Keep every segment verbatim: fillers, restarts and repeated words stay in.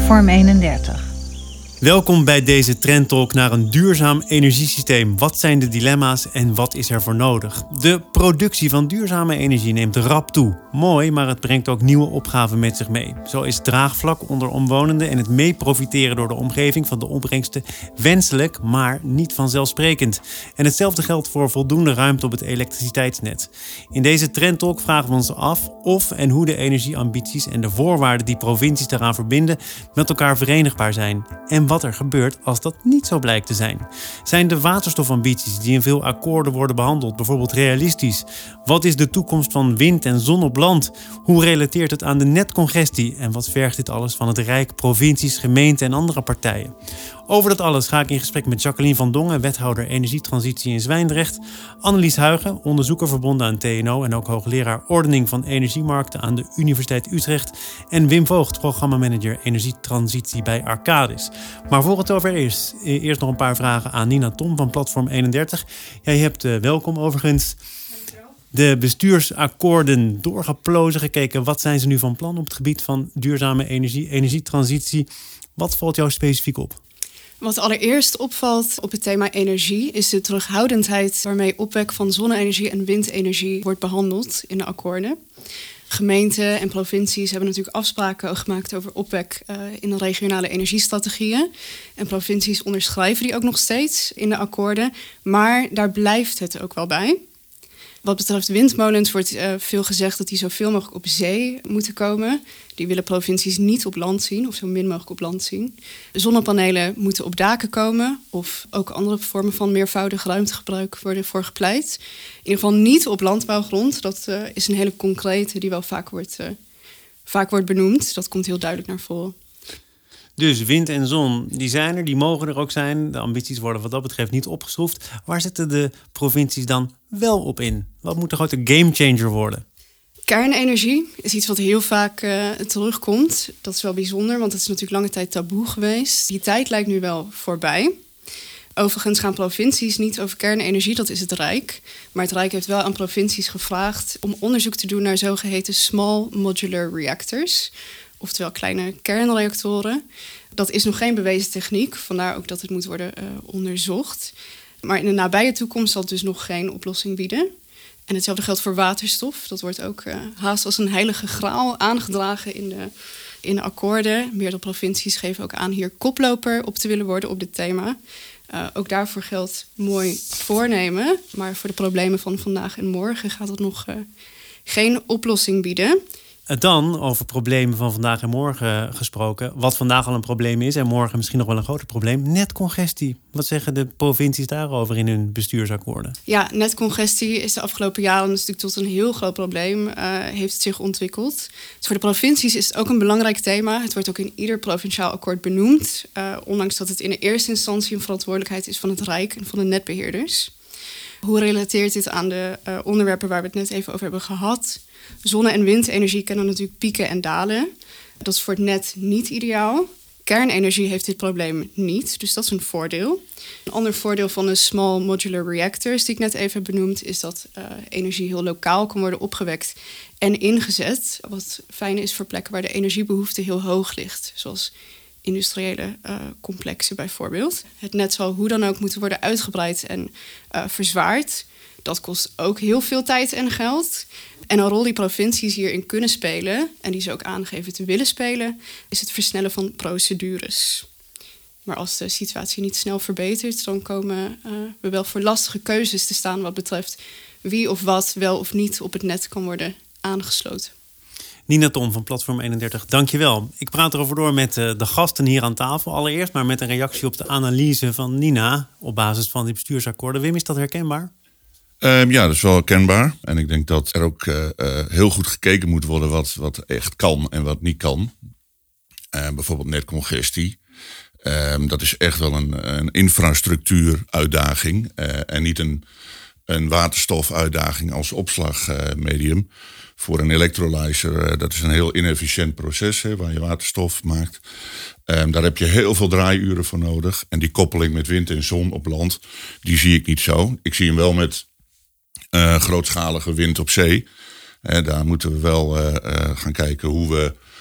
Platform eenendertig. Welkom bij deze Trend Talk naar een duurzaam energiesysteem. Wat zijn de dilemma's en wat is er voor nodig? De productie van duurzame energie neemt rap toe. Mooi, maar het brengt ook nieuwe opgaven met zich mee. Zo is draagvlak onder omwonenden en het mee profiteren door de omgeving van de opbrengsten wenselijk, maar niet vanzelfsprekend. En hetzelfde geldt voor voldoende ruimte op het elektriciteitsnet. In deze Trend Talk vragen we ons af of en hoe de energieambities en de voorwaarden die provincies daaraan verbinden met elkaar verenigbaar zijn. En wat er gebeurt als dat niet zo blijkt te zijn. Zijn de waterstofambities die in veel akkoorden worden behandeld bijvoorbeeld realistisch? Wat is de toekomst van wind en zon op land? Hoe relateert het aan de netcongestie? En wat vergt dit alles van het Rijk, provincies, gemeenten en andere partijen? Over dat alles ga ik in gesprek met Jacqueline van Dongen, wethouder energietransitie in Zwijndrecht, Annelies Huigen, onderzoeker verbonden aan T N O en ook hoogleraar ordening van energiemarkten aan de Universiteit Utrecht, en Wim Voogd, programmamanager energietransitie bij Arcadis. Maar voor het zover is, eerst nog een paar vragen aan Nina Tom van Platform eenendertig. Jij hebt uh, welkom overigens. De bestuursakkoorden doorgeplozen, gekeken wat zijn ze nu van plan op het gebied van duurzame energie, energietransitie. Wat valt jou specifiek op? Wat allereerst opvalt op het thema energie is de terughoudendheid waarmee opwek van zonne-energie en windenergie wordt behandeld in de akkoorden. Gemeenten en provincies hebben natuurlijk afspraken gemaakt over opwek uh, in de regionale energiestrategieën. En provincies onderschrijven die ook nog steeds in de akkoorden, maar daar blijft het ook wel bij. Wat betreft windmolens wordt uh, veel gezegd dat die zoveel mogelijk op zee moeten komen. Die willen provincies niet op land zien, of zo min mogelijk op land zien. Zonnepanelen moeten op daken komen, of ook andere vormen van meervoudig ruimtegebruik worden voor gepleit. In ieder geval niet op landbouwgrond. Dat uh, is een hele concrete die wel vaak wordt, uh, vaak wordt benoemd. Dat komt heel duidelijk naar voren. Dus wind en zon, die zijn er, die mogen er ook zijn. De ambities worden wat dat betreft niet opgeschroefd. Waar zetten de provincies dan wel op in? Wat moet de grote gamechanger worden? Kernenergie is iets wat heel vaak uh, terugkomt. Dat is wel bijzonder, want het is natuurlijk lange tijd taboe geweest. Die tijd lijkt nu wel voorbij. Overigens gaan provincies niet over kernenergie, dat is het Rijk. Maar het Rijk heeft wel aan provincies gevraagd om onderzoek te doen naar zogeheten small modular reactors. Oftewel kleine kernreactoren. Dat is nog geen bewezen techniek, vandaar ook dat het moet worden uh, onderzocht. Maar in de nabije toekomst zal het dus nog geen oplossing bieden. En hetzelfde geldt voor waterstof. Dat wordt ook uh, haast als een heilige graal aangedragen in de, in de akkoorden. Meerdere provincies geven ook aan hier koploper op te willen worden op dit thema. Uh, ook daarvoor geldt mooi voornemen. Maar voor de problemen van vandaag en morgen gaat het nog uh, geen oplossing bieden. Dan, over problemen van vandaag en morgen gesproken. Wat vandaag al een probleem is en morgen misschien nog wel een groter probleem. Netcongestie. Wat zeggen de provincies daarover in hun bestuursakkoorden? Ja, netcongestie is de afgelopen jaren natuurlijk tot een heel groot probleem. Uh, heeft het zich ontwikkeld. Dus voor de provincies is het ook een belangrijk thema. Het wordt ook in ieder provinciaal akkoord benoemd. Uh, ondanks dat het in de eerste instantie een verantwoordelijkheid is van het Rijk en van de netbeheerders. Hoe relateert dit aan de uh, onderwerpen waar we het net even over hebben gehad? Zonne- en windenergie kennen natuurlijk pieken en dalen. Dat is voor het net niet ideaal. Kernenergie heeft dit probleem niet, dus dat is een voordeel. Een ander voordeel van de small modular reactors die ik net even heb benoemd is dat uh, energie heel lokaal kan worden opgewekt en ingezet. Wat fijn is voor plekken waar de energiebehoefte heel hoog ligt, zoals industriële uh, complexen bijvoorbeeld. Het net zal hoe dan ook moeten worden uitgebreid en uh, verzwaard. Dat kost ook heel veel tijd en geld. En een rol die provincies hierin kunnen spelen, en die ze ook aangeven te willen spelen, is het versnellen van procedures. Maar als de situatie niet snel verbetert, dan komen uh, we wel voor lastige keuzes te staan wat betreft wie of wat wel of niet op het net kan worden aangesloten. Nina Tom van Platform eenendertig, dankjewel. Ik praat erover door met uh, de gasten hier aan tafel. Allereerst maar met een reactie op de analyse van Nina op basis van die bestuursakkoorden. Wim, is dat herkenbaar? Um, ja, dat is wel herkenbaar. En ik denk dat er ook uh, uh, heel goed gekeken moet worden wat, wat echt kan en wat niet kan. Uh, bijvoorbeeld netcongestie. Um, dat is echt wel een, een infrastructuuruitdaging. Uh, en niet een, een waterstofuitdaging als opslagmedium. Uh, voor een electrolyzer, uh, dat is een heel inefficiënt proces hè, waar je waterstof maakt. Um, daar heb je heel veel draaiuren voor nodig. En die koppeling met wind en zon op land, die zie ik niet zo. Ik zie hem wel met uh, grootschalige wind op zee. Uh, daar moeten we wel uh, uh, gaan kijken hoe we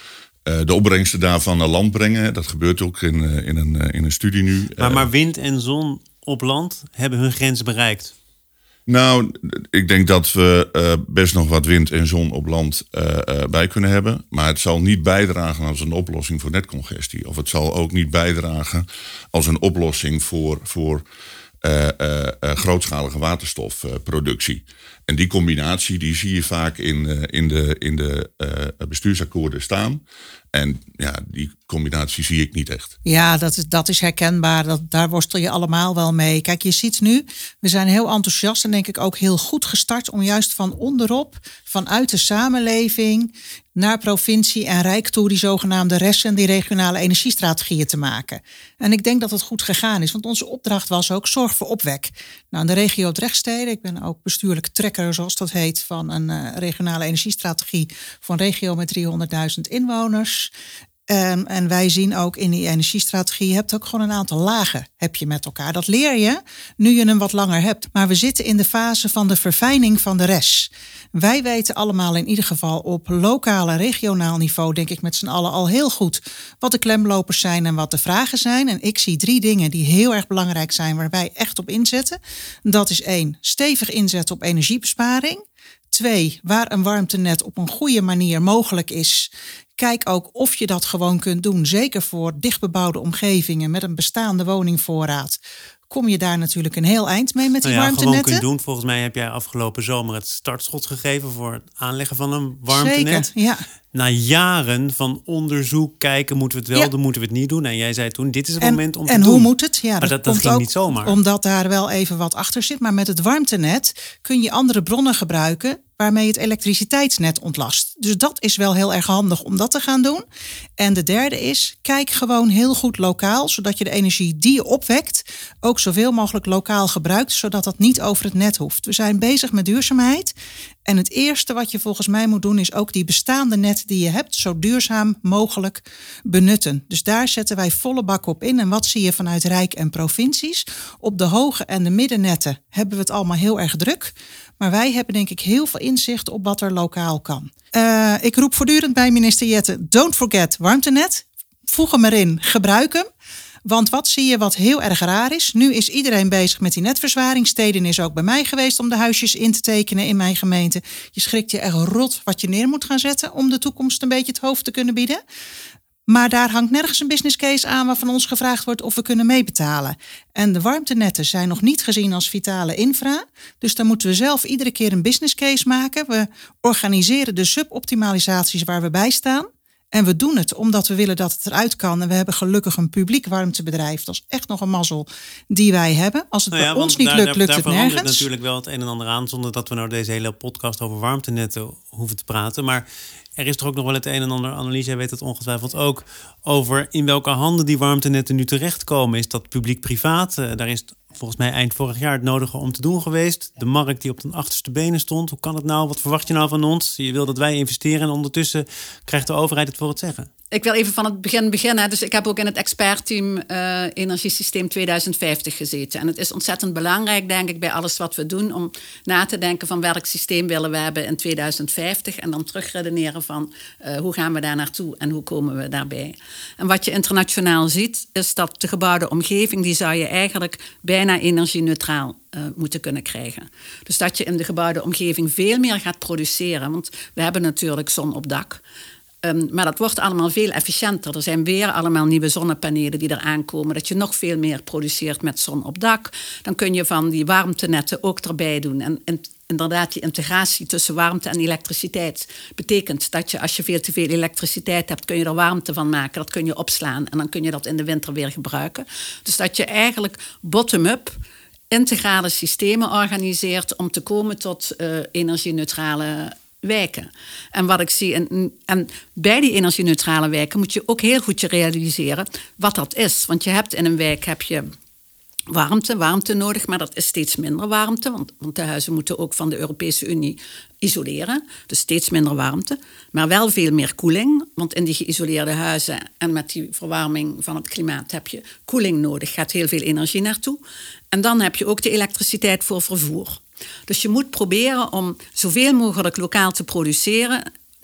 uh, de opbrengsten daarvan naar land brengen. Dat gebeurt ook in, uh, in, een, uh, in een studie nu. Maar, maar wind en zon op land hebben hun grens bereikt. Nou, ik denk dat we uh, best nog wat wind en zon op land uh, uh, bij kunnen hebben. Maar het zal niet bijdragen als een oplossing voor netcongestie. Of het zal ook niet bijdragen als een oplossing voor, voor uh, uh, uh, grootschalige waterstofproductie. Uh, en die combinatie die zie je vaak in, uh, in de, in de uh, bestuursakkoorden staan. En ja, die combinatie zie ik niet echt. Ja, dat is, dat is herkenbaar. Dat, daar worstel je allemaal wel mee. Kijk, je ziet nu, we zijn heel enthousiast en denk ik ook heel goed gestart om juist van onderop, vanuit de samenleving naar provincie en rijk toe die zogenaamde R E S en die regionale energiestrategieën te maken. En ik denk dat het goed gegaan is, want onze opdracht was ook zorg voor opwek. Nou, in de regio Drechtstede, ik ben ook bestuurlijk trekker, zoals dat heet, van een uh, regionale energiestrategie voor een regio met driehonderdduizend inwoners. Um, en wij zien ook in die energiestrategie, je hebt ook gewoon een aantal lagen heb je met elkaar. Dat leer je nu je hem wat langer hebt. Maar we zitten in de fase van de verfijning van de R E S. Wij weten allemaal in ieder geval op lokaal en regionaal niveau, denk ik met z'n allen al heel goed wat de klemlopers zijn en wat de vragen zijn. En ik zie drie dingen die heel erg belangrijk zijn waar wij echt op inzetten. Dat is één, stevig inzetten op energiebesparing. Twee, waar een warmtenet op een goede manier mogelijk is, kijk ook of je dat gewoon kunt doen. Zeker voor dichtbebouwde omgevingen met een bestaande woningvoorraad. Kom je daar natuurlijk een heel eind mee met die nou ja, warmtenetten. Gewoon kunt doen. Volgens mij heb jij afgelopen zomer het startschot gegeven voor het aanleggen van een warmtenet. Zeker, ja. Na jaren van onderzoek, kijken, moeten we het wel ja. doen, moeten we het niet doen. En jij zei toen, dit is het en, moment om te en doen. En hoe moet het? Ja, maar dat, dat, dat komt ging ook niet zomaar. Omdat daar wel even wat achter zit. Maar met het warmtenet kun je andere bronnen gebruiken waarmee het elektriciteitsnet ontlast. Dus dat is wel heel erg handig om dat te gaan doen. En de derde is, kijk gewoon heel goed lokaal, zodat je de energie die je opwekt ook zoveel mogelijk lokaal gebruikt, zodat dat niet over het net hoeft. We zijn bezig met duurzaamheid. En het eerste wat je volgens mij moet doen is ook die bestaande net die je hebt zo duurzaam mogelijk benutten. Dus daar zetten wij volle bak op in. En wat zie je vanuit Rijk en provincies? Op de hoge en de middennetten hebben we het allemaal heel erg druk. Maar wij hebben denk ik heel veel inzicht op wat er lokaal kan. Uh, ik roep voortdurend bij minister Jette, don't forget warmtenet. Voeg hem erin, gebruik hem. Want wat zie je wat heel erg raar is? Nu is iedereen bezig met die netverzwaring. Steden is ook bij mij geweest om de huisjes in te tekenen in mijn gemeente. Je schrikt je echt rot wat je neer moet gaan zetten om de toekomst een beetje het hoofd te kunnen bieden. Maar daar hangt nergens een business case aan waarvan ons gevraagd wordt of we kunnen meebetalen. En de warmtenetten zijn nog niet gezien als vitale infra. Dus daar moeten we zelf iedere keer een business case maken. We organiseren de suboptimalisaties waar we bij staan. En we doen het omdat we willen dat het eruit kan. En we hebben gelukkig een publiek warmtebedrijf. Dat is echt nog een mazzel die wij hebben. Als het nou ja, bij ons niet daar, lukt, daar, lukt daar het nergens. Daar verandert natuurlijk wel het een en ander aan, zonder dat we nou deze hele podcast over warmtenetten hoeven te praten. Maar er is toch ook nog wel het een en ander, Annelies, jij weet het ongetwijfeld ook, over in welke handen die warmtenetten nu terechtkomen. Is dat publiek-privaat? Uh, daar is volgens mij eind vorig jaar het nodige om te doen geweest. De markt die op de achterste benen stond. Hoe kan het nou? Wat verwacht je nou van ons? Je wil dat wij investeren en ondertussen krijgt de overheid het voor het zeggen. Ik wil even van het begin beginnen. Dus ik heb ook in het expertteam uh, Energiesysteem tweeduizend vijftig gezeten. En het is ontzettend belangrijk, denk ik, bij alles wat we doen, om na te denken van welk systeem willen we hebben in tweeduizend vijftig. En dan terugredeneren van uh, hoe gaan we daar naartoe en hoe komen we daarbij. En wat je internationaal ziet, is dat de gebouwde omgeving, die zou je eigenlijk bijna energie-neutraal uh, moeten kunnen krijgen. Dus dat je in de gebouwde omgeving veel meer gaat produceren. Want we hebben natuurlijk zon op dak. Um, maar dat wordt allemaal veel efficiënter. Er zijn weer allemaal nieuwe zonnepanelen die eraan komen. Dat je nog veel meer produceert met zon op dak. Dan kun je van die warmtenetten ook erbij doen. En, en inderdaad, die integratie tussen warmte en elektriciteit betekent dat je, als je veel te veel elektriciteit hebt, kun je er warmte van maken. Dat kun je opslaan en dan kun je dat in de winter weer gebruiken. Dus dat je eigenlijk bottom-up integrale systemen organiseert om te komen tot uh, energie-neutrale wijken. En wat ik zie, en, en bij die energie-neutrale wijken moet je ook heel goed je realiseren wat dat is. Want je hebt in een wijk heb je warmte, warmte nodig, maar dat is steeds minder warmte, want, want de huizen moeten ook van de Europese Unie isoleren. Dus steeds minder warmte, maar wel veel meer koeling. Want in die geïsoleerde huizen en met die verwarming van het klimaat heb je koeling nodig, gaat heel veel energie naartoe. En dan heb je ook de elektriciteit voor vervoer. Dus je moet proberen om zoveel mogelijk lokaal te produceren. Dat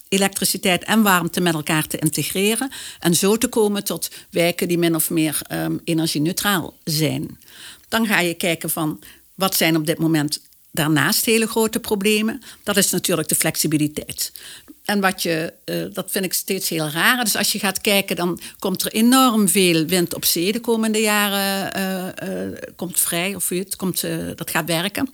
elektriciteit en warmte met elkaar te integreren en zo te komen tot wijken die min of meer um, energie-neutraal zijn. Dan ga je kijken van wat zijn op dit moment daarnaast hele grote problemen. Dat is natuurlijk de flexibiliteit. En wat je, uh, dat vind ik steeds heel raar. Dus als je gaat kijken, dan komt er enorm veel wind op zee de komende jaren. Uh, uh, komt vrij, of het komt, uh, dat gaat werken.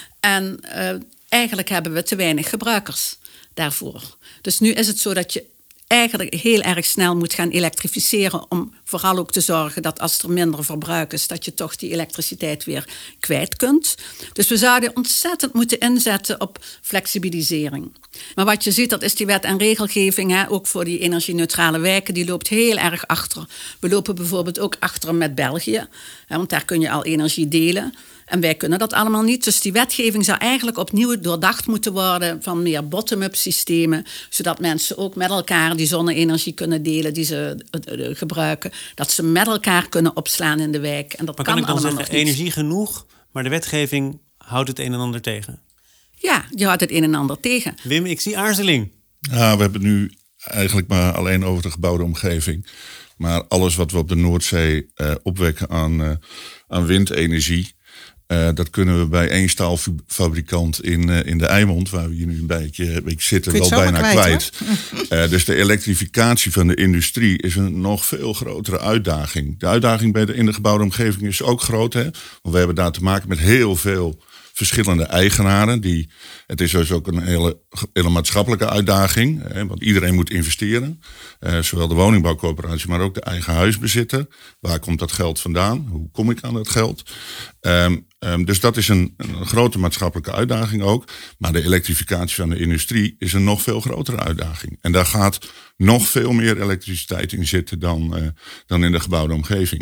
En uh, eigenlijk hebben we te weinig gebruikers daarvoor. Dus nu is het zo dat je eigenlijk heel erg snel moet gaan elektrificeren om vooral ook te zorgen dat als er minder verbruik is, dat je toch die elektriciteit weer kwijt kunt. Dus we zouden ontzettend moeten inzetten op flexibilisering. Maar wat je ziet, dat is die wet en regelgeving, hè, ook voor die energie-neutrale wijken, die loopt heel erg achter. We lopen bijvoorbeeld ook achter met België, hè, want daar kun je al energie delen. En wij kunnen dat allemaal niet. Dus die wetgeving zou eigenlijk opnieuw doordacht moeten worden van meer bottom-up systemen, zodat mensen ook met elkaar die zonne-energie kunnen delen die ze uh, uh, gebruiken. Dat ze met elkaar kunnen opslaan in de wijk. En dat maar kan, kan ik dan allemaal zeggen, nog niet. energie genoeg, maar de wetgeving houdt het een en ander tegen? Ja, je houdt het een en ander tegen. Wim, ik zie aarzeling. Ja, we hebben het nu eigenlijk maar alleen over de gebouwde omgeving. Maar alles wat we op de Noordzee uh, opwekken aan, uh, aan windenergie, Uh, dat kunnen we bij één staalfabrikant in, uh, in de Eimond, waar we hier nu een beetje, een beetje zitten, wel bijna kwijt. kwijt. uh, dus de elektrificatie van de industrie is een nog veel grotere uitdaging. De uitdaging bij de, in de gebouwde omgeving is ook groot. Hè? Want we hebben daar te maken met heel veel verschillende eigenaren. Die, het is dus ook een hele, hele maatschappelijke uitdaging. Hè, want iedereen moet investeren. Uh, zowel de woningbouwcorporatie, maar ook de eigen huisbezitter. Waar komt dat geld vandaan? Hoe kom ik aan dat geld? Um, um, dus dat is een, een grote maatschappelijke uitdaging ook. Maar de elektrificatie van de industrie is een nog veel grotere uitdaging. En daar gaat nog veel meer elektriciteit in zitten dan, uh, dan in de gebouwde omgeving.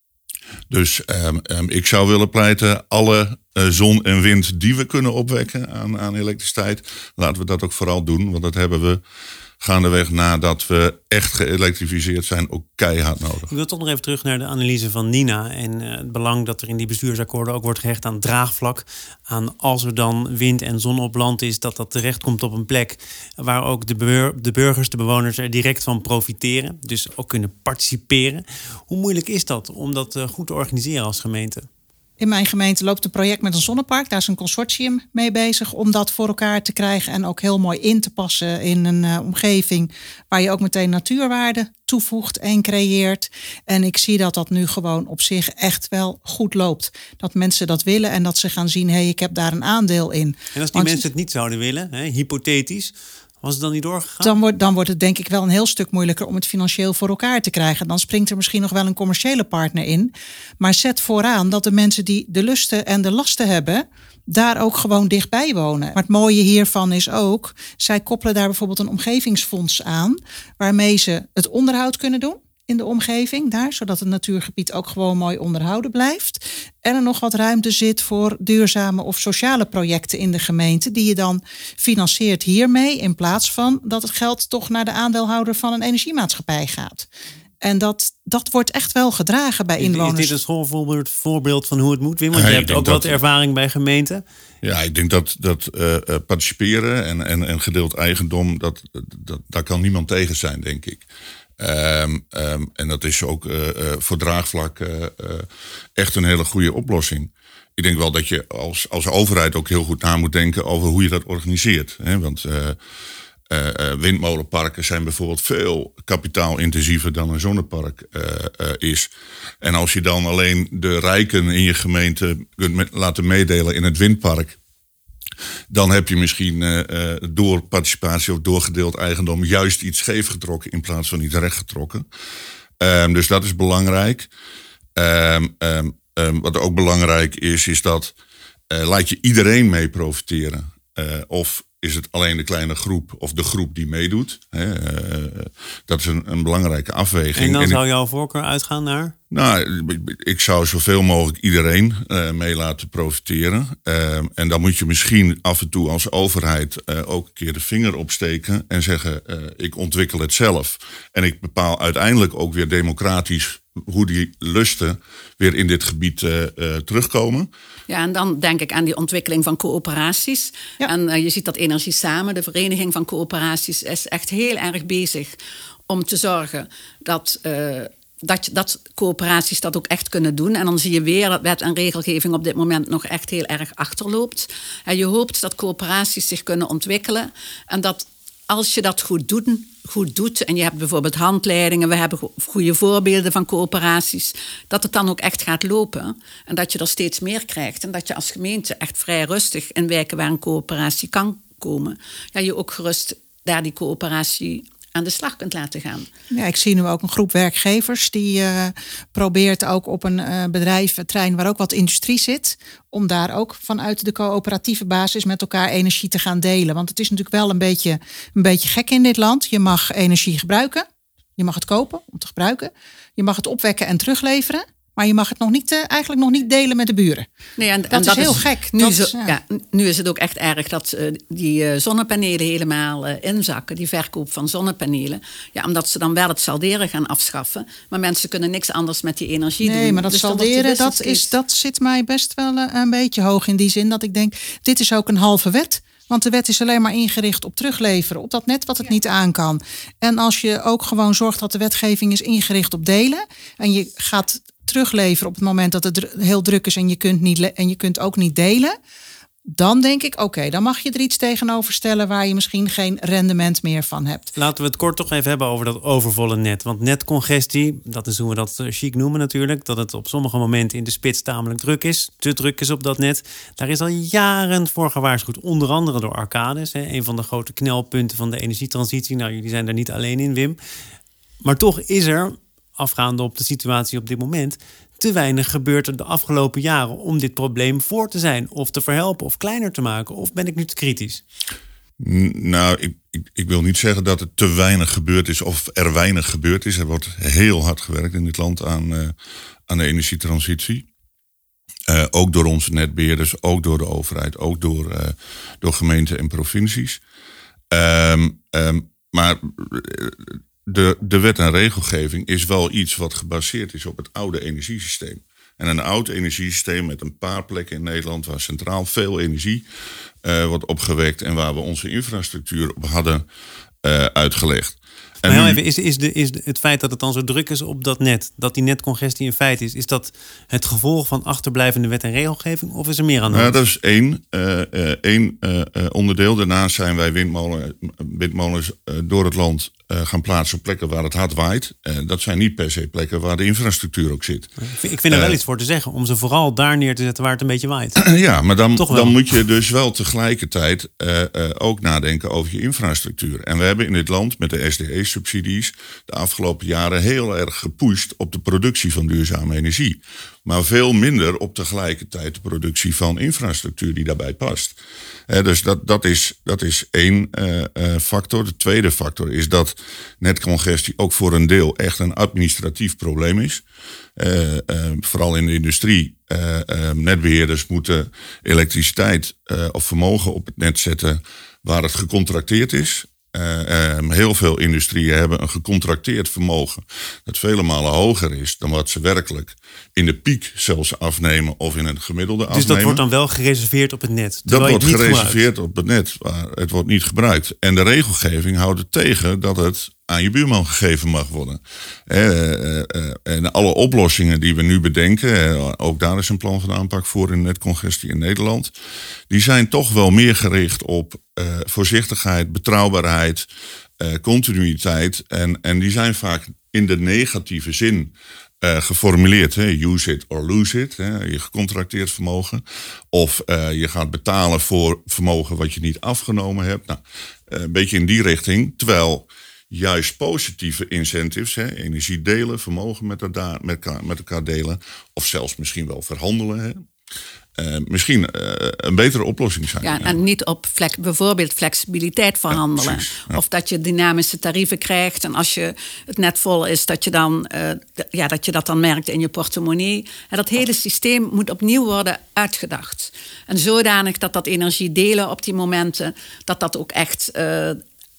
Dus um, um, ik zou willen pleiten, alle uh, zon en wind die we kunnen opwekken aan, aan elektriciteit, laten we dat ook vooral doen. Want dat hebben we gaandeweg nadat we echt geëlektrificeerd zijn ook keihard nodig. Ik wil toch nog even terug naar de analyse van Nina en uh, het belang dat er in die bestuursakkoorden ook wordt gehecht aan draagvlak. Aan als er dan wind en zon op land is, dat dat terechtkomt op een plek waar ook de, bur- de burgers, de bewoners er direct van profiteren. Dus ook kunnen participeren. Hoe moeilijk is dat om dat uh, goed te organiseren als gemeente? In mijn gemeente loopt een project met een zonnepark. Daar is een consortium mee bezig om dat voor elkaar te krijgen en ook heel mooi in te passen in een uh, omgeving waar je ook meteen natuurwaarde toevoegt en creëert. En ik zie dat dat nu gewoon op zich echt wel goed loopt. Dat mensen dat willen en dat ze gaan zien, hé, hey, ik heb daar een aandeel in. En als die Want mensen het niet zouden willen, hè, hypothetisch, was het dan niet doorgegaan? Dan wordt, dan wordt het denk ik wel een heel stuk moeilijker om het financieel voor elkaar te krijgen. Dan springt er misschien nog wel een commerciële partner in. Maar zet vooraan dat de mensen die de lusten en de lasten hebben, daar ook gewoon dichtbij wonen. Maar het mooie hiervan is ook, zij koppelen daar bijvoorbeeld een omgevingsfonds aan, waarmee ze het onderhoud kunnen doen in de omgeving daar, zodat het natuurgebied ook gewoon mooi onderhouden blijft. En er nog wat ruimte zit voor duurzame of sociale projecten in de gemeente, die je dan financiert hiermee, in plaats van dat het geld toch naar de aandeelhouder van een energiemaatschappij gaat. En dat, dat wordt echt wel gedragen bij inwoners. Is dit een schoolvoorbeeld voorbeeld van hoe het moet, Wim? Want Ja, je ik hebt ook denk wat dat- ervaring bij gemeenten. Ja, ik denk dat, dat uh, uh, participeren en, en, en gedeeld eigendom, dat, dat, daar kan niemand tegen zijn, denk ik. Um, um, en dat is ook uh, uh, voor draagvlak uh, uh, echt een hele goede oplossing. Ik denk wel dat je als, als overheid ook heel goed na moet denken over hoe je dat organiseert. Hè? Want uh, uh, uh, windmolenparken zijn bijvoorbeeld veel kapitaalintensiever dan een zonnepark uh, uh, is. En als je dan alleen de rijken in je gemeente kunt met, laten meedelen in het windpark, dan heb je misschien uh, uh, door participatie of doorgedeeld eigendom juist iets scheef getrokken in plaats van iets recht getrokken. Um, dus dat is belangrijk. Um, um, um, wat ook belangrijk is, is dat uh, laat je iedereen mee profiteren. Uh, of is het alleen de kleine groep of de groep die meedoet. Hè? Uh, dat is een, een belangrijke afweging. En dan En zou ik, jouw voorkeur uitgaan naar? nou, ik zou zoveel mogelijk iedereen uh, mee laten profiteren. Uh, en dan moet je misschien af en toe als overheid uh, ook een keer de vinger opsteken en zeggen, uh, ik ontwikkel het zelf. En ik bepaal uiteindelijk ook weer democratisch hoe die lusten weer in dit gebied uh, uh, terugkomen. Ja, en dan denk ik aan die ontwikkeling van coöperaties. Ja. En uh, je ziet dat Energie Samen, de vereniging van coöperaties, is echt heel erg bezig om te zorgen dat... Uh, Dat, dat coöperaties dat ook echt kunnen doen. En dan zie je weer dat wet en regelgeving op dit moment nog echt heel erg achterloopt. En je hoopt dat coöperaties zich kunnen ontwikkelen. En dat als je dat goed doet, goed doet en je hebt bijvoorbeeld handleidingen, we hebben goede voorbeelden van coöperaties, dat het dan ook echt gaat lopen. En dat je er steeds meer krijgt. En dat je als gemeente echt vrij rustig in wijken waar een coöperatie kan komen, ja, je ook gerust daar die coöperatie aan de slag kunt laten gaan. Ja, ik zie nu ook een groep werkgevers die uh, probeert ook op een uh, bedrijventerrein waar ook wat industrie zit, om daar ook vanuit de coöperatieve basis met elkaar energie te gaan delen. Want het is natuurlijk wel een beetje, een beetje gek in dit land. Je mag energie gebruiken, je mag het kopen om te gebruiken, je mag het opwekken en terugleveren. Maar je mag het nog niet, uh, eigenlijk nog niet delen met de buren. Nee, en, dat, en dat is heel is, gek. Nu, dat is, is, ja. Ja, nu is het ook echt erg dat uh, die uh, zonnepanelen helemaal uh, inzakken. Die verkoop van zonnepanelen. Ja, omdat ze dan wel het salderen gaan afschaffen. Maar mensen kunnen niks anders met die energie nee, doen. Nee, maar dat dus salderen, dat, is, dat zit mij best wel uh, een beetje hoog in die zin. Dat ik denk, dit is ook een halve wet. Want de wet is alleen maar ingericht op terugleveren. Op dat net wat het ja. niet aan kan. En als je ook gewoon zorgt dat de wetgeving is ingericht op delen. En je gaat terugleveren op het moment dat het heel druk is en je kunt, niet le- en je kunt ook niet delen. Dan denk ik, oké, okay, dan mag je er iets tegenover stellen waar je misschien geen rendement meer van hebt. Laten we het kort toch even hebben over dat overvolle net. Want netcongestie, dat is hoe we dat chic noemen natuurlijk. Dat het op sommige momenten in de spits tamelijk druk is. Te druk is op dat net. Daar is al jaren voor gewaarschuwd. Onder andere door Arcadis. Hè, een van de grote knelpunten van de energietransitie. Nou, jullie zijn daar niet alleen in, Wim. Maar toch is er, afgaande op de situatie op dit moment, te weinig gebeurt er de afgelopen jaren om dit probleem voor te zijn of te verhelpen of kleiner te maken. Of ben ik nu te kritisch? Nou, ik, ik, ik wil niet zeggen dat het te weinig gebeurd is of er weinig gebeurd is. Er wordt heel hard gewerkt in dit land aan, uh, aan de energietransitie. Uh, ook door onze netbeheerders, ook door de overheid, ook door, uh, door gemeenten en provincies. Um, um, maar de, de wet en regelgeving is wel iets wat gebaseerd is op het oude energiesysteem. En een oud energiesysteem met een paar plekken in Nederland waar centraal veel energie uh, wordt opgewekt en waar we onze infrastructuur op hadden uh, uitgelegd. En maar heel nu, even, is, is, de, is de, het feit dat het dan zo druk is op dat net, dat die netcongestie een feit is, is dat het gevolg van achterblijvende wet en regelgeving of is er meer aan de hand? Nou, dat is één, uh, uh, één uh, onderdeel. Daarnaast zijn wij windmolen, windmolens uh, door het land uh, gaan plaatsen op plekken waar het hard waait. Uh, dat zijn niet per se plekken waar de infrastructuur ook zit. Ik vind er wel uh, iets voor te zeggen, om ze vooral daar neer te zetten waar het een beetje waait. Ja, maar dan, dan moet je dus wel tegelijkertijd uh, uh, ook nadenken over je infrastructuur. En we hebben in dit land met de S D E-subsidies de afgelopen jaren heel erg gepusht op de productie van duurzame energie. Maar veel minder op tegelijkertijd de productie van infrastructuur die daarbij past. Eh, dus dat, dat, is, dat is één uh, uh, factor. De tweede factor is dat netcongestie ook voor een deel echt een administratief probleem is. Uh, uh, vooral in de industrie. Uh, uh, netbeheerders moeten elektriciteit uh, of vermogen op het net zetten waar het gecontracteerd is. Uh, uh, heel veel industrieën hebben een gecontracteerd vermogen dat vele malen hoger is dan wat ze werkelijk in de piek zelfs afnemen of in een gemiddelde dus afnemen. Dus dat wordt dan wel gereserveerd op het net? Dat wordt gereserveerd op het net, maar het wordt niet gebruikt. En de regelgeving houdt het tegen dat het aan je buurman gegeven mag worden. Uh, uh, uh, en alle oplossingen die we nu bedenken, uh, ook daar is een plan van aanpak voor in netcongestie in Nederland, die zijn toch wel meer gericht op uh, voorzichtigheid, betrouwbaarheid, uh, continuïteit. En, en die zijn vaak in de negatieve zin Uh, geformuleerd. Hè? Use it or lose it. Hè? Je gecontracteerd vermogen. Of uh, je gaat betalen voor vermogen wat je niet afgenomen hebt. Nou, uh, een beetje in die richting. Terwijl juist positieve incentives, hè? Energie delen, vermogen met elkaar, met, elkaar, met elkaar delen. Of zelfs misschien wel verhandelen. Hè? Uh, misschien uh, een betere oplossing zijn. Ja, en niet op flex, bijvoorbeeld flexibiliteit verhandelen. Ja, precies, ja. Of dat je dynamische tarieven krijgt. En als je het net vol is, dat je, dan, uh, d- ja, dat, je dat dan merkt in je portemonnee. En dat hele systeem moet opnieuw worden uitgedacht. En zodanig dat dat energie delen op die momenten, dat dat ook echt uh,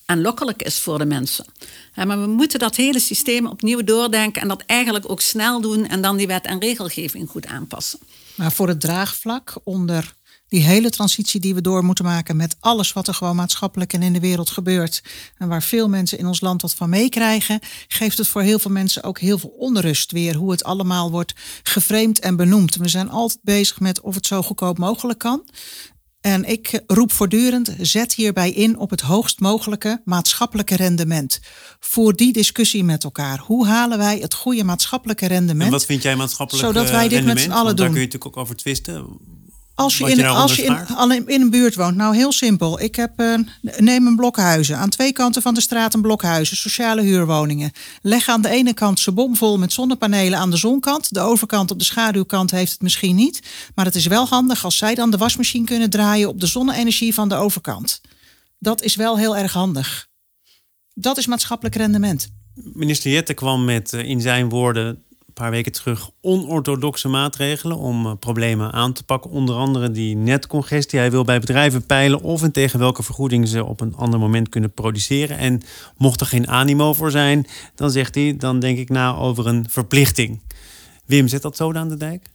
aanlokkelijk is voor de mensen. Ja, maar we moeten dat hele systeem opnieuw doordenken en dat eigenlijk ook snel doen en dan die wet en regelgeving goed aanpassen. Maar voor het draagvlak onder die hele transitie die we door moeten maken met alles wat er gewoon maatschappelijk en in de wereld gebeurt en waar veel mensen in ons land wat van meekrijgen, geeft het voor heel veel mensen ook heel veel onrust weer hoe het allemaal wordt geframed en benoemd. We zijn altijd bezig met of het zo goedkoop mogelijk kan. En ik roep voortdurend, zet hierbij in op het hoogst mogelijke maatschappelijke rendement. Voer die discussie met elkaar. Hoe halen wij het goede maatschappelijke rendement? En wat vind jij maatschappelijk zodat wij dit rendement? met z'n allen Want doen. daar kun je natuurlijk ook over twisten. Als je, Wat in, je nou als je in, ondervaart? in een buurt woont, nou heel simpel. Ik heb, uh, neem een blokhuizen. Aan twee kanten van de straat een blokhuizen, sociale huurwoningen. Leg aan de ene kant zijn bom vol met zonnepanelen aan de zonkant. De overkant op de schaduwkant heeft het misschien niet. Maar het is wel handig als zij dan de wasmachine kunnen draaien op de zonne-energie van de overkant. Dat is wel heel erg handig. Dat is maatschappelijk rendement. Minister Jette kwam met uh, in zijn woorden een paar weken terug onorthodoxe maatregelen om uh, problemen aan te pakken. Onder andere die netcongestie. Hij wil bij bedrijven peilen of en tegen welke vergoeding ze op een ander moment kunnen produceren. En mocht er geen animo voor zijn, dan zegt hij, dan denk ik na over een verplichting. Wim, zet dat zo aan de dijk?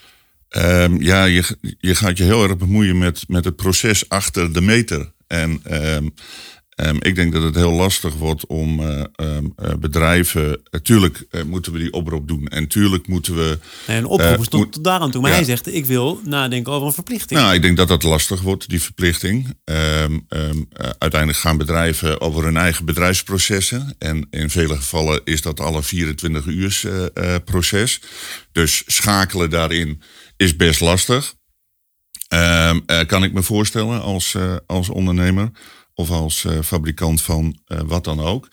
Um, ja, je, je gaat je heel erg bemoeien met, met het proces achter de meter. En um, um, ik denk dat het heel lastig wordt om uh, um, uh, bedrijven... Natuurlijk uh, moeten we die oproep doen. En tuurlijk moeten we... Nee, een oproep is uh, tot, moet, tot daar aan toe. Maar ja. hij zegt, ik wil nadenken over een verplichting. Nou, ik denk dat dat lastig wordt, die verplichting. Um, um, uh, uiteindelijk gaan bedrijven over hun eigen bedrijfsprocessen. En in vele gevallen is dat alle vierentwintig uur uh, uh, proces. Dus schakelen daarin is best lastig. Um, uh, kan ik me voorstellen als, uh, als ondernemer of als uh, fabrikant van uh, wat dan ook.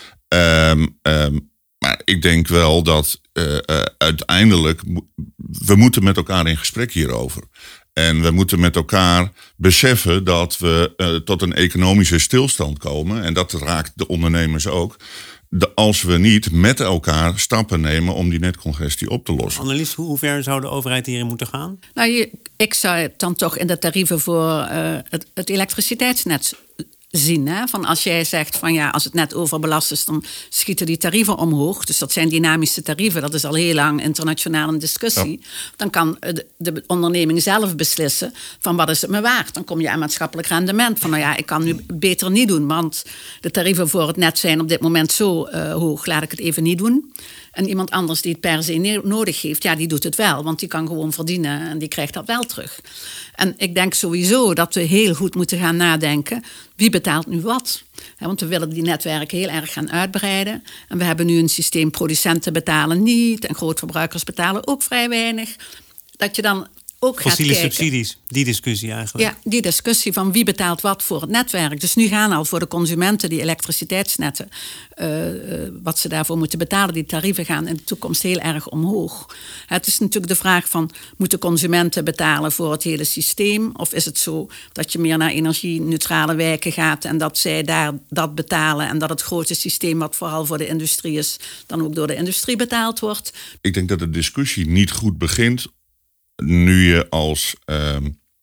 Um, um, maar ik denk wel dat uh, uh, uiteindelijk... we moeten met elkaar in gesprek hierover. En we moeten met elkaar beseffen dat we uh, tot een economische stilstand komen. En dat raakt de ondernemers ook. De, als we niet met elkaar stappen nemen om die netcongestie op te lossen. Annelies, hoe ver zou de overheid hierin moeten gaan? Nou, je, ik zou het dan toch in de tarieven voor uh, het, het elektriciteitsnet zien. Hè? Van als jij zegt van ja, als het net overbelast is, dan schieten die tarieven omhoog. Dus dat zijn dynamische tarieven. Dat is al heel lang internationaal een discussie. Ja. Dan kan de, de onderneming zelf beslissen van wat is het me waard. Dan kom je aan maatschappelijk rendement. Van nou ja, ik kan nu beter niet doen, want de tarieven voor het net zijn op dit moment zo uh, hoog. Laat ik het even niet doen. En iemand anders die het per se nodig heeft, ja, die doet het wel. Want die kan gewoon verdienen en die krijgt dat wel terug. En ik denk sowieso dat we heel goed moeten gaan nadenken. Wie betaalt nu wat? Want we willen die netwerken heel erg gaan uitbreiden. En we hebben nu een systeem, producenten betalen niet en grootverbruikers betalen ook vrij weinig. Dat je dan ook gaat fossiele kijken. subsidies, die discussie eigenlijk. Ja, die discussie van wie betaalt wat voor het netwerk. Dus nu gaan al voor de consumenten die elektriciteitsnetten, uh, uh, wat ze daarvoor moeten betalen, die tarieven gaan in de toekomst heel erg omhoog. Het is natuurlijk de vraag van, moeten consumenten betalen voor het hele systeem? Of is het zo dat je meer naar energie-neutrale wijken gaat en dat zij daar dat betalen en dat het grote systeem, wat vooral voor de industrie is, dan ook door de industrie betaald wordt? Ik denk dat de discussie niet goed begint nu je als uh,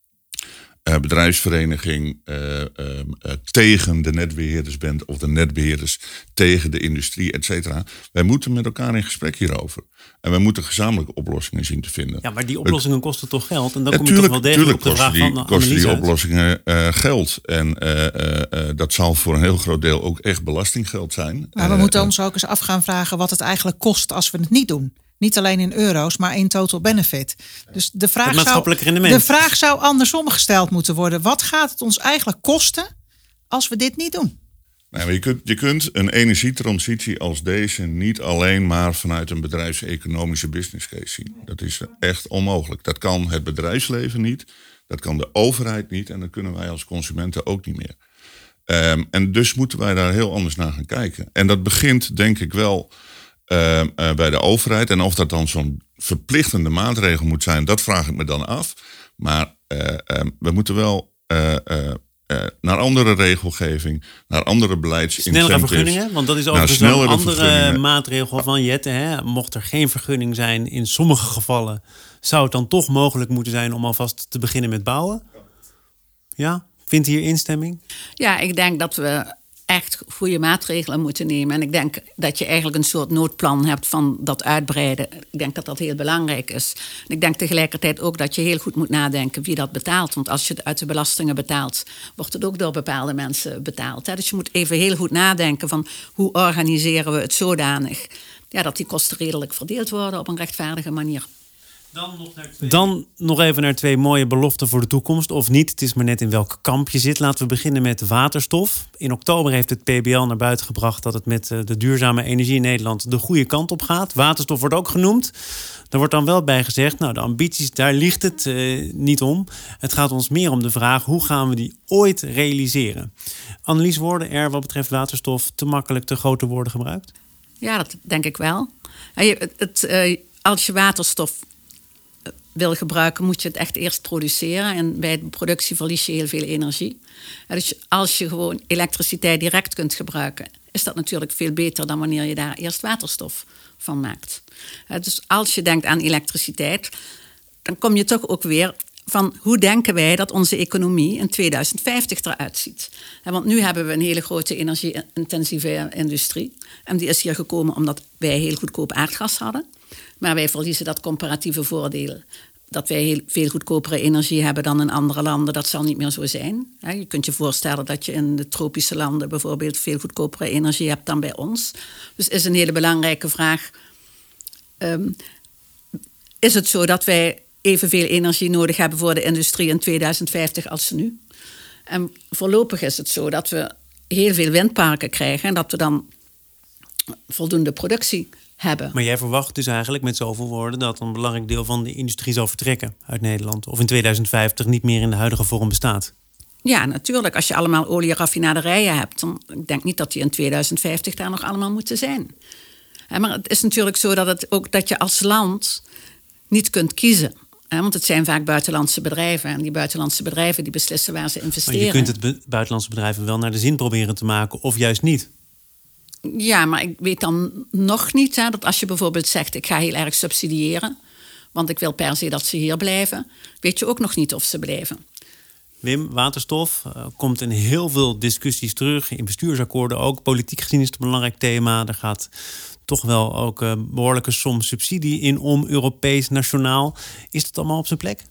uh, bedrijfsvereniging uh, uh, uh, tegen de netbeheerders bent of de netbeheerders tegen de industrie, et cetera. Wij moeten met elkaar in gesprek hierover. En wij moeten gezamenlijke oplossingen zien te vinden. Ja, maar die oplossingen het, kosten toch geld? En dan ja, kom je toch wel degelijk op de vraag die, van de kosten die uit. oplossingen uh, geld. En uh, uh, uh, dat zal voor een heel groot deel ook echt belastinggeld zijn. Maar we uh, moeten uh, ons ook eens af gaan vragen wat het eigenlijk kost als we het niet doen. Niet alleen in euro's, maar in total benefit. Dus de vraag, maatschappelijk zou, rendement. de vraag zou andersom gesteld moeten worden. Wat gaat het ons eigenlijk kosten als we dit niet doen? Nou, maar je, kunt, je kunt een energietransitie als deze niet alleen maar vanuit een bedrijfseconomische business case zien. Dat is echt onmogelijk. Dat kan het bedrijfsleven niet, dat kan de overheid niet en dat kunnen wij als consumenten ook niet meer. Um, en dus moeten wij daar heel anders naar gaan kijken. En dat begint denk ik wel Uh, uh, bij de overheid. En of dat dan zo'n verplichtende maatregel moet zijn, dat vraag ik me dan af. Maar uh, uh, we moeten wel uh, uh, uh, naar andere regelgeving, naar andere beleidsincentives. Snellere vergunningen, want dat is overigens nou, een andere maatregel van Jette. Hè? Mocht er geen vergunning zijn, in sommige gevallen zou het dan toch mogelijk moeten zijn om alvast te beginnen met bouwen? Ja? Vindt hier instemming? Ja, ik denk dat we echt goede maatregelen moeten nemen. En ik denk dat je eigenlijk een soort noodplan hebt van dat uitbreiden. Ik denk dat dat heel belangrijk is. En ik denk tegelijkertijd ook dat je heel goed moet nadenken wie dat betaalt. Want als je het uit de belastingen betaalt, wordt het ook door bepaalde mensen betaald. Hè? Dus je moet even heel goed nadenken van hoe organiseren we het zodanig, ja, dat die kosten redelijk verdeeld worden op een rechtvaardige manier. Dan nog, naar twee. Dan nog even naar twee mooie beloften voor de toekomst. Of niet, het is maar net in welk kamp je zit. Laten we beginnen met waterstof. In oktober heeft het P B L naar buiten gebracht dat het met de duurzame energie in Nederland de goede kant op gaat. Waterstof wordt ook genoemd. Er wordt dan wel bij gezegd, nou de ambities, daar ligt het uh, niet om. Het gaat ons meer om de vraag, hoe gaan we die ooit realiseren? Annelies, worden er wat betreft waterstof te makkelijk te grote woorden gebruikt? Ja, dat denk ik wel. Het, het, uh, als je waterstof wil gebruiken, moet je het echt eerst produceren. En bij de productie verlies je heel veel energie. Dus als je gewoon elektriciteit direct kunt gebruiken, is dat natuurlijk veel beter dan wanneer je daar eerst waterstof van maakt. Dus als je denkt aan elektriciteit, dan kom je toch ook weer van hoe denken wij dat onze economie in tweeduizend vijftig eruit ziet. Want nu hebben we een hele grote energie-intensieve industrie. En die is hier gekomen omdat wij heel goedkoop aardgas hadden. Maar wij verliezen dat comparatieve voordeel. Dat wij heel veel goedkopere energie hebben dan in andere landen, dat zal niet meer zo zijn. Je kunt je voorstellen dat je in de tropische landen bijvoorbeeld veel goedkopere energie hebt dan bij ons. Dus is een hele belangrijke vraag. Um, is het zo dat wij evenveel energie nodig hebben voor de industrie in tweeduizend vijftig als nu? En voorlopig is het zo dat we heel veel windparken krijgen en dat we dan voldoende productie hebben. Maar jij verwacht dus eigenlijk met zoveel woorden dat een belangrijk deel van de industrie zal vertrekken uit Nederland, of in tweeduizend vijftig niet meer in de huidige vorm bestaat? Ja, natuurlijk. Als je allemaal olieraffinaderijen hebt, dan ik denk niet dat die in tweeduizend vijftig daar nog allemaal moeten zijn. Maar het is natuurlijk zo dat, het ook, dat je als land niet kunt kiezen. Want het zijn vaak buitenlandse bedrijven. En die buitenlandse bedrijven die beslissen waar ze investeren. Maar je kunt het be- buitenlandse bedrijven wel naar de zin proberen te maken, of juist niet. Ja, maar ik weet dan nog niet hè, dat als je bijvoorbeeld zegt, ik ga heel erg subsidiëren, want ik wil per se dat ze hier blijven, weet je ook nog niet of ze blijven. Wim, waterstof uh, komt in heel veel discussies terug, in bestuursakkoorden ook. Politiek gezien is het een belangrijk thema. Er gaat toch wel ook een behoorlijke som subsidie in om, Europees, nationaal. Is het allemaal op zijn plek?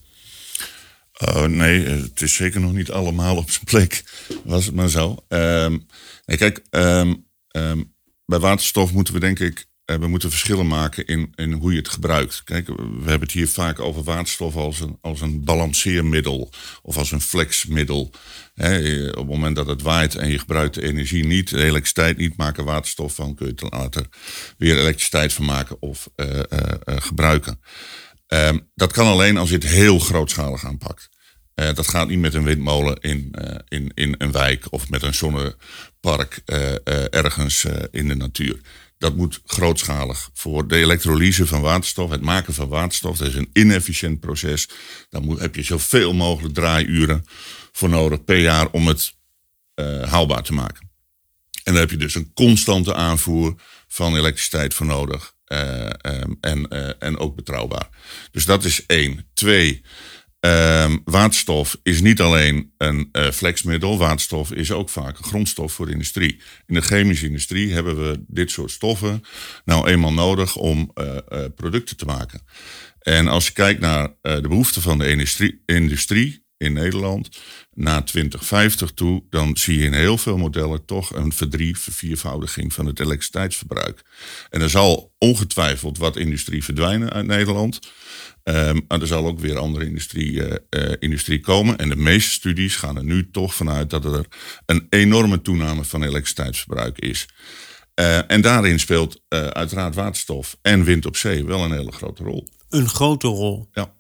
Uh, nee, het is zeker nog niet allemaal op zijn plek. Was het maar zo. Um, nee, kijk, um, um, bij waterstof moeten we denk ik uh, we moeten verschillen maken in, in hoe je het gebruikt. Kijk, we hebben het hier vaak over waterstof als een, als een balanceermiddel of als een flexmiddel. He, op het moment dat het waait en je gebruikt de energie niet, de elektriciteit niet, maak er waterstof van, kun je er later weer elektriciteit van maken of uh, uh, uh, gebruiken. Um, dat kan alleen als je het heel grootschalig aanpakt. Uh, dat gaat niet met een windmolen in, uh, in, in een wijk of met een zonnepark uh, uh, ergens uh, in de natuur. Dat moet grootschalig. Voor de elektrolyse van waterstof, het maken van waterstof, dat is een inefficiënt proces. Daar moet, heb je zoveel mogelijk draaiuren voor nodig per jaar om het uh, haalbaar te maken. En daar heb je dus een constante aanvoer van elektriciteit voor nodig. Uh, um, en, uh, en ook betrouwbaar. Dus dat is één. Twee, um, waterstof is niet alleen een uh, flexmiddel. Waterstof is ook vaak een grondstof voor de industrie. In de chemische industrie hebben we dit soort stoffen nou eenmaal nodig om uh, uh, producten te maken. En als je kijkt naar uh, de behoeften van de industrie, industrie in Nederland naar twintig vijftig toe, dan zie je in heel veel modellen toch een verdrie, verviervoudiging van het elektriciteitsverbruik. En er zal ongetwijfeld wat industrie verdwijnen uit Nederland. Um, maar er zal ook weer andere industrie, uh, uh, industrie komen. En de meeste studies gaan er nu toch vanuit dat er een enorme toename van elektriciteitsverbruik is. Uh, en daarin speelt uh, uiteraard waterstof en wind op zee wel een hele grote rol. Een grote rol. Ja.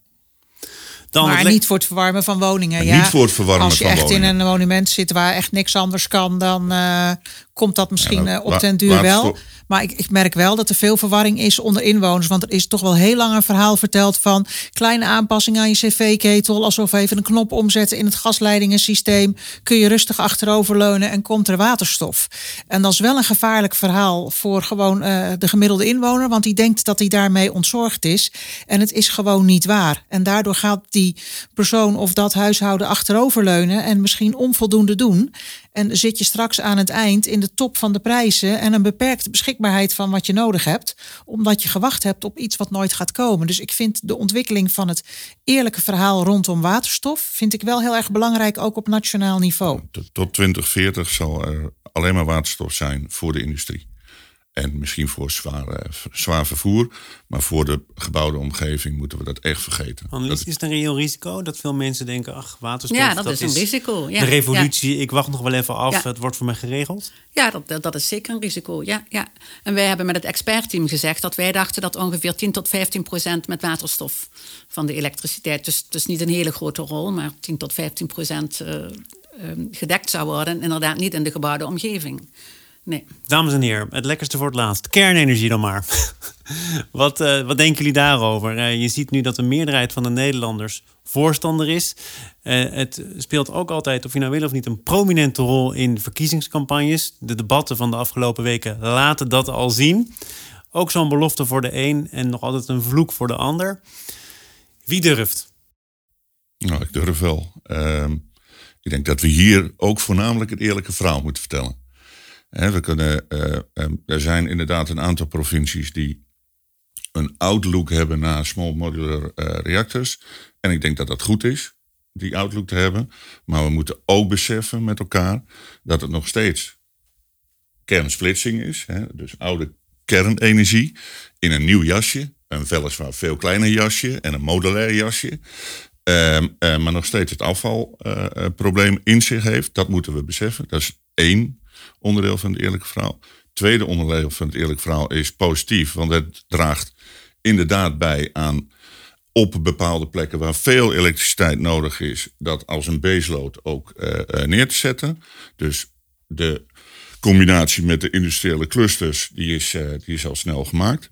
Dan maar niet voor het verwarmen van woningen. Ja. Niet voor het verwarmen van woningen. Als je echt in een monument zit waar echt niks anders kan, dan uh, komt dat misschien ja, nou, op den duur wel. Maar ik, ik merk wel dat er veel verwarring is onder inwoners. Want er is toch wel heel lang een verhaal verteld van kleine aanpassingen aan je cv-ketel. Alsof even een knop omzetten in het gasleidingensysteem. Kun je rustig achteroverleunen en komt er waterstof. En dat is wel een gevaarlijk verhaal voor gewoon uh, de gemiddelde inwoner. Want die denkt dat hij daarmee ontzorgd is. En het is gewoon niet waar. En daardoor gaat die persoon of dat huishouden achteroverleunen en misschien onvoldoende doen. En zit je straks aan het eind in de top van de prijzen en een beperkte beschikbaarheid van wat je nodig hebt, omdat je gewacht hebt op iets wat nooit gaat komen. Dus ik vind de ontwikkeling van het eerlijke verhaal rondom waterstof vind ik wel heel erg belangrijk, ook op nationaal niveau. Tot, tot twintig veertig zal er alleen maar waterstof zijn voor de industrie. En misschien voor zwaar, zwaar vervoer. Maar voor de gebouwde omgeving moeten we dat echt vergeten. Annelies, dat... is het een reëel risico dat veel mensen denken, ach, waterstof, Ja, dat, dat is een risico. Ja, de revolutie, ja. Ik wacht nog wel even af, Ja. het wordt voor mij geregeld? Ja, dat, dat is zeker een risico. Ja, ja. En wij hebben met het expertteam gezegd dat wij dachten dat ongeveer tien tot vijftien procent met waterstof van de elektriciteit, dus, dus niet een hele grote rol, maar tien tot vijftien procent uh, uh, gedekt zou worden. En inderdaad niet in de gebouwde omgeving. Nee. Dames en heren, het lekkerste voor het laatst. Kernenergie dan maar. wat, uh, wat denken jullie daarover? Uh, je ziet nu dat de meerderheid van de Nederlanders voorstander is. Uh, het speelt ook altijd, of je nou wil of niet, een prominente rol in verkiezingscampagnes. De debatten van de afgelopen weken laten dat al zien. Ook zo'n belofte voor de een en nog altijd een vloek voor de ander. Wie durft? Nou, ik durf wel. Uh, ik denk dat we hier ook voornamelijk het eerlijke verhaal moeten vertellen. He, we kunnen, uh, um, er zijn inderdaad een aantal provincies die een outlook hebben naar small modular uh, reactors. En ik denk dat dat goed is, die outlook te hebben. Maar we moeten ook beseffen met elkaar dat het nog steeds kernsplitsing is. He, dus oude kernenergie in een nieuw jasje. Een weliswaar veel kleiner jasje en een modulair jasje. Uh, uh, maar nog steeds het afvalprobleem uh, in zich heeft. Dat moeten we beseffen. Dat is één onderdeel van het eerlijke verhaal. Tweede onderdeel van het eerlijke verhaal is positief. Want het draagt inderdaad bij aan op bepaalde plekken waar veel elektriciteit nodig is, dat als een baseload ook uh, uh, neer te zetten. Dus de combinatie met de industriële clusters, die is, uh, die is al snel gemaakt.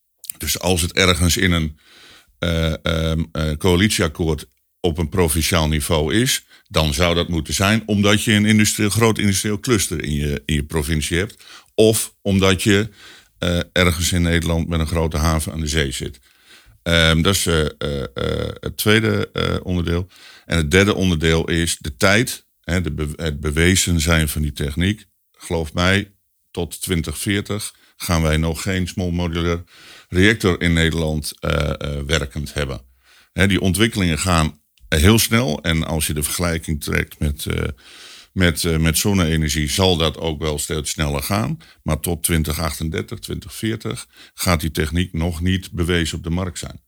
Dus als het ergens in een uh, um, uh, coalitieakkoord op een provinciaal niveau is, dan zou dat moeten zijn omdat je een industrieel, groot industrieel cluster in je, in je provincie hebt. Of omdat je uh, ergens in Nederland met een grote haven aan de zee zit. Um, dat is uh, uh, uh, het tweede uh, onderdeel. En het derde onderdeel is de tijd. Hè, de be- het bewezen zijn van die techniek. Geloof mij, tot twintig veertig gaan wij nog geen small modular reactor in Nederland uh, uh, werkend hebben. Hè, die ontwikkelingen gaan heel snel. En als je de vergelijking trekt met, uh, met, uh, met zonne-energie, zal dat ook wel steeds sneller gaan. Maar tot twintig achtendertig, twintig veertig gaat die techniek nog niet bewezen op de markt zijn.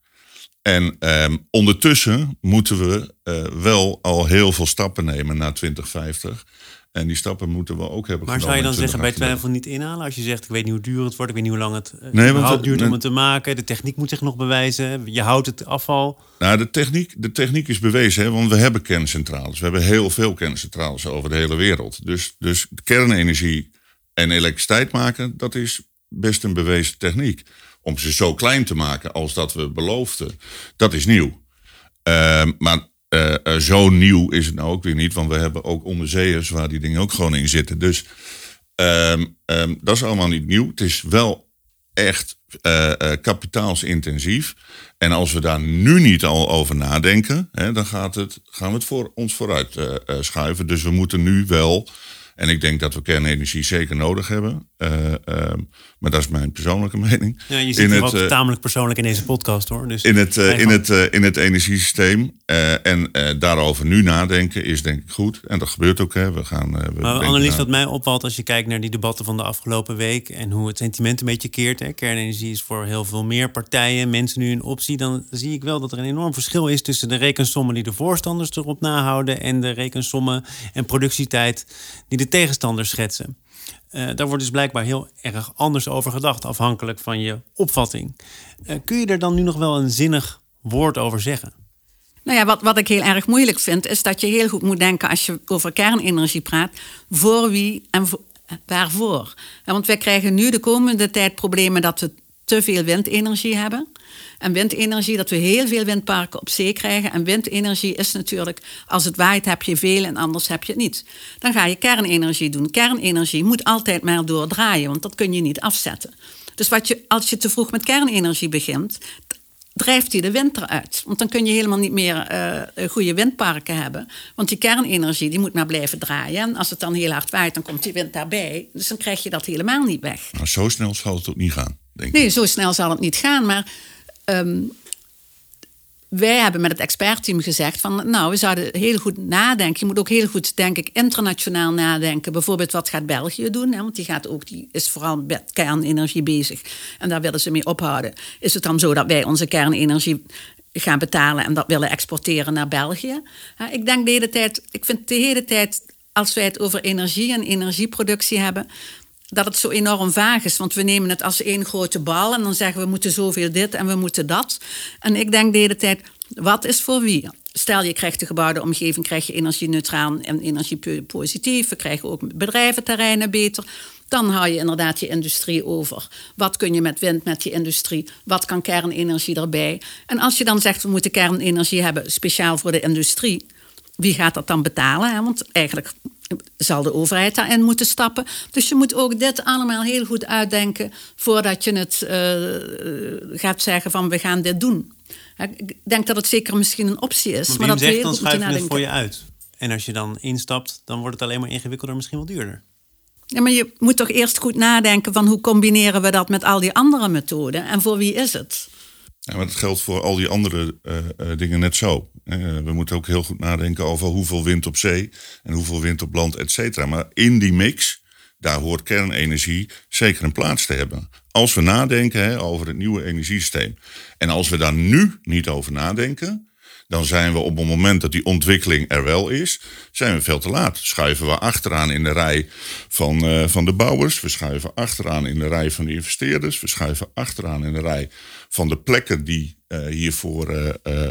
En um, ondertussen moeten we uh, wel al heel veel stappen nemen naar twintig vijftig. En die stappen moeten we ook hebben. Maar zou je dan zeggen bij twijfel niet inhalen? Als je zegt, ik weet niet hoe duur het wordt, ik weet niet hoe lang het uh, nee, überhaupt duurt nee. om het te maken. De techniek moet zich nog bewijzen. Je houdt het afval. Nou, de techniek, de techniek is bewezen, hè, want we hebben kerncentrales. We hebben heel veel kerncentrales over de hele wereld. Dus, dus kernenergie en elektriciteit maken, dat is best een bewezen techniek. Om ze zo klein te maken als dat we beloofden, dat is nieuw. Uh, maar uh, uh, zo nieuw is het nou ook weer niet, want we hebben ook onderzeeërs waar die dingen ook gewoon in zitten. Dus um, um, dat is allemaal niet nieuw. Het is wel echt uh, uh, kapitaalsintensief. En als we daar nu niet al over nadenken, hè, dan gaat het, gaan we het voor ons vooruit uh, uh, schuiven. Dus we moeten nu wel, en ik denk dat we kernenergie zeker nodig hebben. Uh, uh, maar dat is mijn persoonlijke mening. Ja, je zit in hier het, ook uh, tamelijk persoonlijk in deze podcast, hoor. Dus in het, uh, in, van... het, uh, in het energiesysteem. Uh, en uh, daarover nu nadenken is denk ik goed. En dat gebeurt ook. Hè. We gaan, uh, we maar denken Annelies, aan... wat mij opvalt als je kijkt naar die debatten van de afgelopen week en hoe het sentiment een beetje keert. Hè. Kernenergie is voor heel veel meer partijen, mensen nu een optie. Dan zie ik wel dat er een enorm verschil is tussen de rekensommen die de voorstanders erop nahouden en de rekensommen en productietijd die de tegenstanders schetsen. Uh, daar wordt dus blijkbaar heel erg anders over gedacht, afhankelijk van je opvatting. Uh, kun je er dan nu nog wel een zinnig woord over zeggen? Nou ja, wat, wat ik heel erg moeilijk vind, is dat je heel goed moet denken als je over kernenergie praat, voor wie en voor, waarvoor. Ja, want wij krijgen nu de komende tijd problemen dat we te veel windenergie hebben. En windenergie, dat we heel veel windparken op zee krijgen. En windenergie is natuurlijk, als het waait heb je veel en anders heb je het niet. Dan ga je kernenergie doen. Kernenergie moet altijd maar doordraaien, want dat kun je niet afzetten. Dus wat je, als je te vroeg met kernenergie begint, drijft hij de wind eruit. Want dan kun je helemaal niet meer uh, goede windparken hebben. Want die kernenergie die moet maar blijven draaien. En als het dan heel hard waait, dan komt die wind daarbij. Dus dan krijg je dat helemaal niet weg. Nou, zo snel zal het ook niet gaan, denk ik. Nee, zo snel zal het niet gaan. Maar um, wij hebben met het expertteam gezegd van, nou, we zouden heel goed nadenken. Je moet ook heel goed, denk ik, internationaal nadenken. Bijvoorbeeld, wat gaat België doen? Hè? Want die, gaat ook, die is vooral met kernenergie bezig. En daar willen ze mee ophouden. Is het dan zo dat wij onze kernenergie gaan betalen en dat willen exporteren naar België? Ik denk de hele tijd, ik vind de hele tijd, als wij het over energie en energieproductie hebben, dat het zo enorm vaag is. Want we nemen het als één grote bal en dan zeggen we moeten zoveel dit en we moeten dat. En ik denk de hele tijd, wat is voor wie? Stel, je krijgt de gebouwde omgeving, krijg je energie-neutraal en energie-positief. We krijgen ook bedrijventerreinen beter. Dan hou je inderdaad je industrie over. Wat kun je met wind, met die industrie? Wat kan kernenergie erbij? En als je dan zegt, we moeten kernenergie hebben, speciaal voor de industrie. Wie gaat dat dan betalen? Want eigenlijk zal de overheid daarin moeten stappen. Dus je moet ook dit allemaal heel goed uitdenken voordat je het uh, gaat zeggen van we gaan dit doen. Ik denk dat het zeker misschien een optie is. Maar, maar dat zegt, dan schuiven we het voor je uit. En als je dan instapt, dan wordt het alleen maar ingewikkelder, misschien wel duurder. Ja, maar je moet toch eerst goed nadenken van hoe combineren we dat met al die andere methoden en voor wie is het? Ja, maar dat geldt voor al die andere uh, uh, dingen net zo. Uh, we moeten ook heel goed nadenken over hoeveel wind op zee en hoeveel wind op land, et cetera. Maar in die mix, daar hoort kernenergie zeker een plaats te hebben. Als we nadenken hè, over het nieuwe energiesysteem. En als we daar nu niet over nadenken, dan zijn we op het moment dat die ontwikkeling er wel is, zijn we veel te laat. Schuiven we achteraan in de rij van, uh, van de bouwers. We schuiven achteraan in de rij van de investeerders. We schuiven achteraan in de rij van de plekken die uh, hiervoor uh, uh,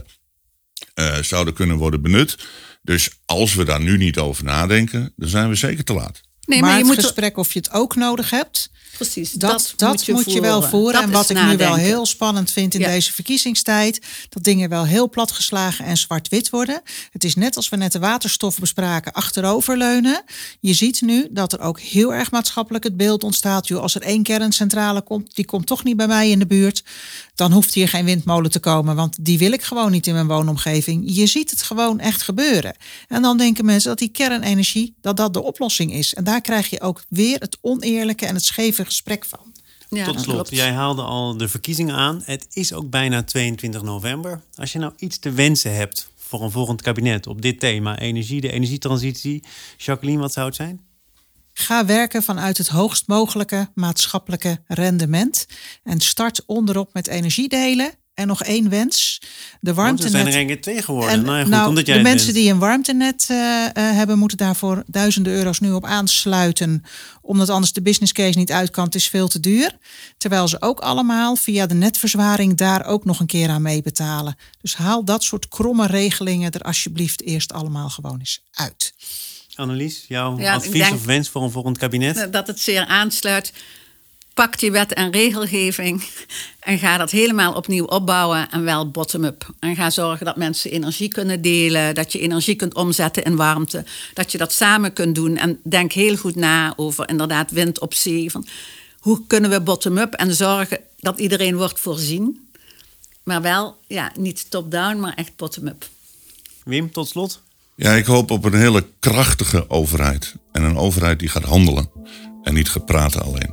uh, zouden kunnen worden benut. Dus als we daar nu niet over nadenken, dan zijn we zeker te laat. Nee, maar, maar je het moet gesprek of je het ook nodig hebt. Precies, dat, dat, dat moet, je, moet je wel voeren. Dat en wat ik nadenken. nu wel heel spannend vind in ja. deze verkiezingstijd, dat dingen wel heel platgeslagen en zwart-wit worden. Het is net als we net de waterstof bespraken, achteroverleunen. Je ziet nu dat er ook heel erg maatschappelijk het beeld ontstaat. Joh, als er één kerncentrale komt, die komt toch niet bij mij in de buurt. Dan hoeft hier geen windmolen te komen, want die wil ik gewoon niet in mijn woonomgeving. Je ziet het gewoon echt gebeuren. En dan denken mensen dat die kernenergie, dat dat de oplossing is. En daar krijg je ook weer het oneerlijke en het scheve gesprek van. Ja, tot slot, klopt. Jij haalde al de verkiezingen aan. Het is ook bijna tweeëntwintig november. Als je nou iets te wensen hebt voor een volgend kabinet op dit thema, energie, de energietransitie. Jacqueline, wat zou het zijn? Ga werken vanuit het hoogst mogelijke maatschappelijke rendement. En start onderop met energiedelen. En nog één wens. De warmtenet. Oh, er zijn er twee geworden. En, nou, ja, goed, nou, omdat jij de mensen bent. die een warmtenet uh, uh, hebben, moeten daarvoor duizenden euro's nu op aansluiten. Omdat anders de business case niet uit kan. Het is veel te duur. Terwijl ze ook allemaal via de netverzwaring daar ook nog een keer aan meebetalen. Dus haal dat soort kromme regelingen er alsjeblieft eerst allemaal gewoon eens uit. Annelies, jouw ja, advies of wens voor een volgend kabinet? Dat het zeer aansluit. Pak die wet en regelgeving en ga dat helemaal opnieuw opbouwen en wel bottom-up. En ga zorgen dat mensen energie kunnen delen, dat je energie kunt omzetten in warmte, dat je dat samen kunt doen. En denk heel goed na over inderdaad wind op zee. Van hoe kunnen we bottom-up en zorgen dat iedereen wordt voorzien. Maar wel, ja, niet top-down, maar echt bottom-up. Wim, tot slot. Ja, ik hoop op een hele krachtige overheid. En een overheid die gaat handelen en niet gaat praten alleen.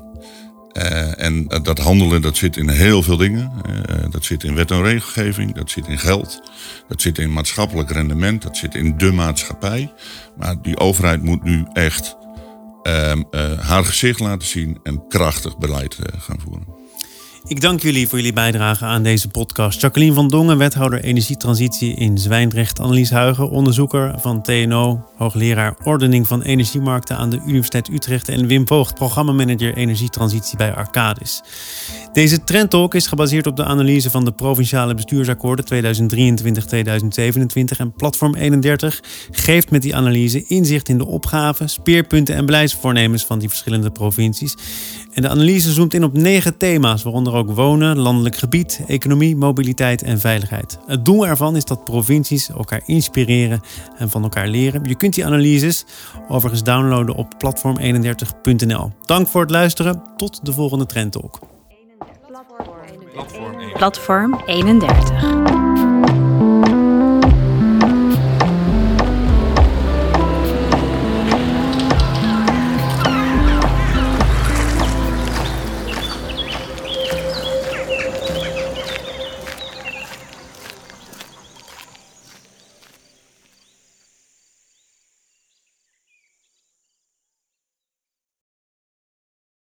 Uh, en uh, dat handelen, dat zit in heel veel dingen. Uh, dat zit in wet en regelgeving, dat zit in geld. Dat zit in maatschappelijk rendement, dat zit in de maatschappij. Maar die overheid moet nu echt uh, uh, haar gezicht laten zien en krachtig beleid uh, gaan voeren. Ik dank jullie voor jullie bijdrage aan deze podcast. Jacqueline van Dongen, wethouder energietransitie in Zwijndrecht. Annelies Huigen, onderzoeker van T N O, hoogleraar ordening van energiemarkten aan de Universiteit Utrecht. En Wim Voogd, programmamanager energietransitie bij Arcadis. Deze Trendtalk is gebaseerd op de analyse van de provinciale bestuursakkoorden tweeduizend drieëntwintig tot tweeduizend zevenentwintig. En Platform eenendertig geeft met die analyse inzicht in de opgaven, speerpunten en beleidsvoornemens van die verschillende provincies. En de analyse zoomt in op negen thema's, waaronder ook wonen, landelijk gebied, economie, mobiliteit en veiligheid. Het doel ervan is dat provincies elkaar inspireren en van elkaar leren. Je kunt die analyses overigens downloaden op platform eenendertig punt n l. Dank voor het luisteren. Tot de volgende Trendtalk. Platform eenendertig.